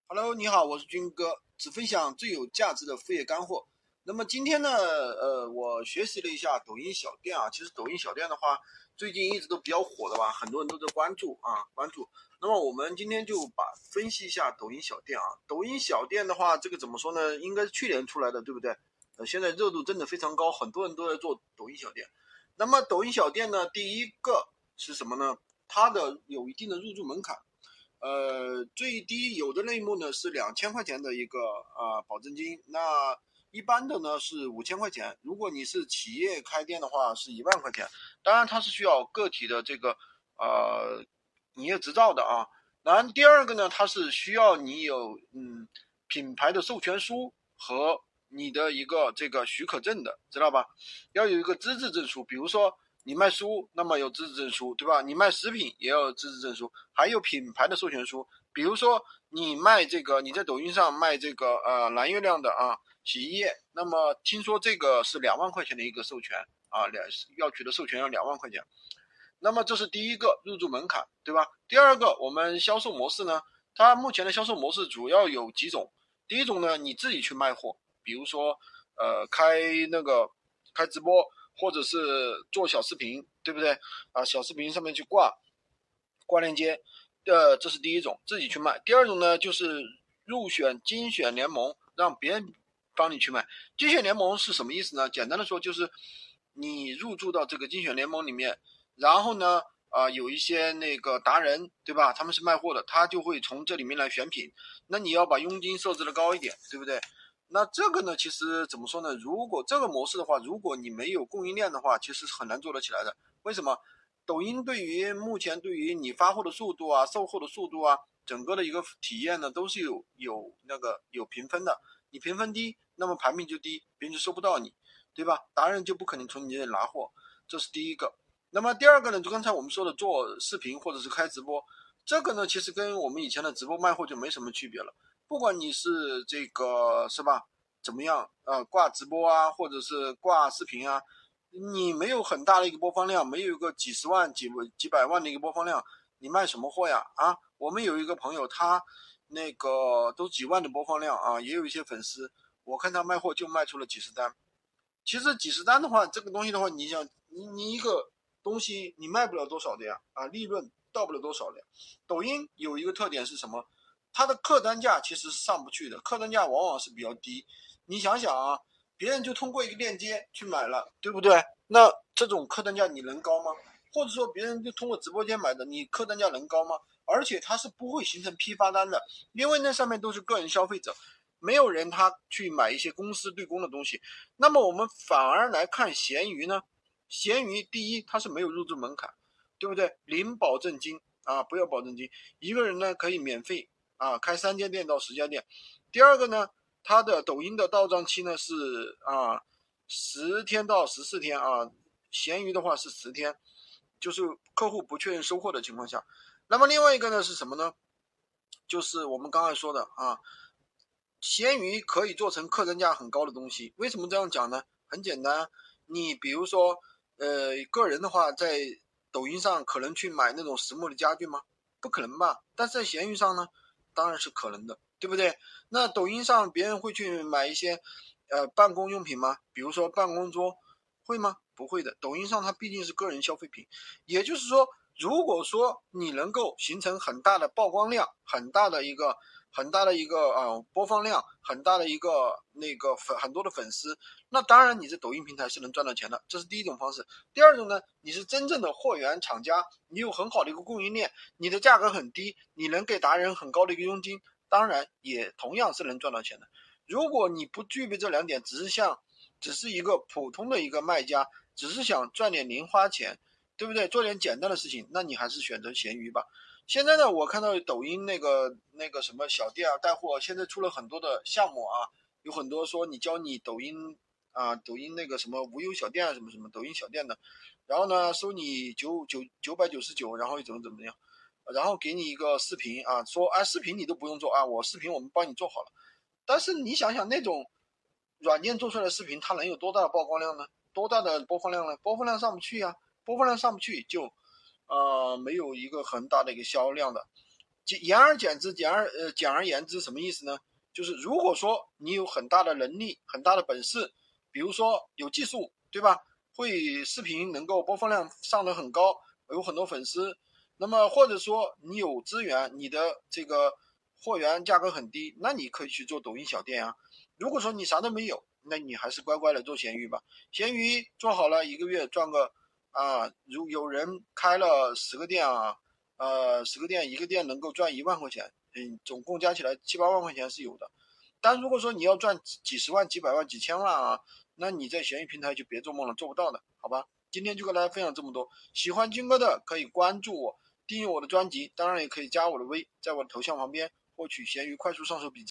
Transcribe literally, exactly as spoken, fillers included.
Hello，你好，我是军哥，只分享最有价值的副业干货。那么今天呢，呃，我学习了一下抖音小店啊。其实抖音小店的话，最近一直都比较火的吧，很多人都在关注啊，关注。那么我们今天就把分析一下抖音小店啊。抖音小店的话，这个怎么说呢？应该是去年出来的，对不对？呃，现在热度真的非常高，很多人都在做抖音小店。那么抖音小店呢，第一个是什么呢？它的有一定的入驻门槛。呃，最低有的类目呢是两千块钱的一个呃保证金，那一般的呢是五千块钱。如果你是企业开店的话，是一万块钱。当然，它是需要个体的这个呃营业执照的啊。然后第二个呢，它是需要你有嗯品牌的授权书和你的一个这个许可证的，知道吧？要有一个资质证书，比如说你卖书，那么有资质证书，对吧？你卖食品也有资质证书，还有品牌的授权书。比如说你卖这个，你在抖音上卖这个呃蓝月亮的啊洗衣液，那么听说这个是两万块钱的一个授权啊，两要取得授权要两万块钱。那么这是第一个入驻门槛，对吧？第二个，我们销售模式呢，它目前的销售模式主要有几种。第一种呢，你自己去卖货，比如说呃开那个开直播，或者是做小视频，对不对啊？小视频上面去挂挂链接，呃，这是第一种，自己去卖。第二种呢，就是入选精选联盟，让别人帮你去卖。精选联盟是什么意思呢？简单的说，就是你入驻到这个精选联盟里面，然后呢，啊、呃有一些那个达人，对吧？他们是卖货的，他就会从这里面来选品。那你要把佣金设置的高一点，对不对？那这个呢，其实怎么说呢？如果这个模式的话，如果你没有供应链的话，其实是很难做得起来的。为什么？抖音对于目前对于你发货的速度啊、售后的速度啊，整个的一个体验呢，都是有有那个有评分的。你评分低，那么排名就低，别人就收不到你，对吧？达人就不可能从你这里拿货，这是第一个。那么第二个呢，就刚才我们说的做视频或者是开直播，这个呢，其实跟我们以前的直播卖货就没什么区别了。不管你是这个是吧，怎么样呃挂直播啊，或者是挂视频啊，你没有很大的一个播放量，没有一个几十万几几百万的一个播放量，你卖什么货呀？啊，我们有一个朋友，他那个都几万的播放量啊，也有一些粉丝，我看他卖货就卖出了几十单。其实几十单的话，这个东西的话，你想，你你一个东西你卖不了多少的呀，啊，利润到不了多少的呀。抖音有一个特点是什么？它的客单价其实是上不去的，客单价往往是比较低。你想想啊，别人就通过一个链接去买了，对不对？那这种客单价你能高吗？或者说别人就通过直播间买的，你客单价能高吗？而且它是不会形成批发单的，因为那上面都是个人消费者，没有人他去买一些公司对公的东西。那么我们反而来看闲鱼呢，闲鱼第一它是没有入驻门槛，对不对？零保证金啊，不要保证金，一个人呢可以免费啊开三间店到十家店。第二个呢，它的抖音的到账期呢是啊十天到十四天啊，闲鱼的话是十天，就是客户不确认收货的情况下。那么另外一个呢是什么呢？就是我们刚才说的啊，闲鱼可以做成客单价很高的东西。为什么这样讲呢？很简单，你比如说，呃，个人的话，在抖音上可能去买那种实木的家具吗？不可能吧。但是在闲鱼上呢，当然是可能的，对不对？那抖音上别人会去买一些，呃，办公用品吗？比如说办公桌，会吗？不会的。抖音上它毕竟是个人消费品，也就是说，如果说你能够形成很大的曝光量，很大的一个很大的一个呃播放量，很大的一个那个粉很多的粉丝，那当然你这抖音平台是能赚到钱的，这是第一种方式。第二种呢，你是真正的货源厂家，你有很好的一个供应链，你的价格很低，你能给达人很高的一个佣金，当然也同样是能赚到钱的。如果你不具备这两点，只是像只是一个普通的一个卖家，只是想赚点零花钱，对不对？做点简单的事情，那你还是选择闲鱼吧。现在呢，我看到抖音那个那个什么小店啊带货，现在出了很多的项目啊，有很多说你教你抖音啊，抖音那个什么无忧小店啊，什么什么抖音小店的，然后呢收你九九九百九十九，然后怎么怎么样，然后给你一个视频啊，说啊视频你都不用做啊，我视频我们帮你做好了。但是你想想那种软件做出来的视频，它能有多大的曝光量呢？多大的播放量呢？播放量上不去呀、啊播放量上不去就呃没有一个很大的一个销量的。 言而简之，简而呃简而言之，什么意思呢？就是如果说你有很大的能力、很大的本事，比如说有技术，对吧？会视频能够播放量上得很高，有很多粉丝，那么或者说你有资源，你的这个货源价格很低，那你可以去做抖音小店啊。如果说你啥都没有，那你还是乖乖的做闲鱼吧。闲鱼做好了，一个月赚个啊，如有人开了十个店啊，呃，十个店，一个店能够赚一万块钱，嗯，总共加起来七八万块钱是有的。但如果说你要赚几十万、几百万、几千万啊，那你在闲鱼平台就别做梦了，做不到的，好吧？今天就跟大家分享这么多，喜欢军哥的可以关注我，订阅我的专辑，当然也可以加我的微，在我的头像旁边获取闲鱼快速上手笔记。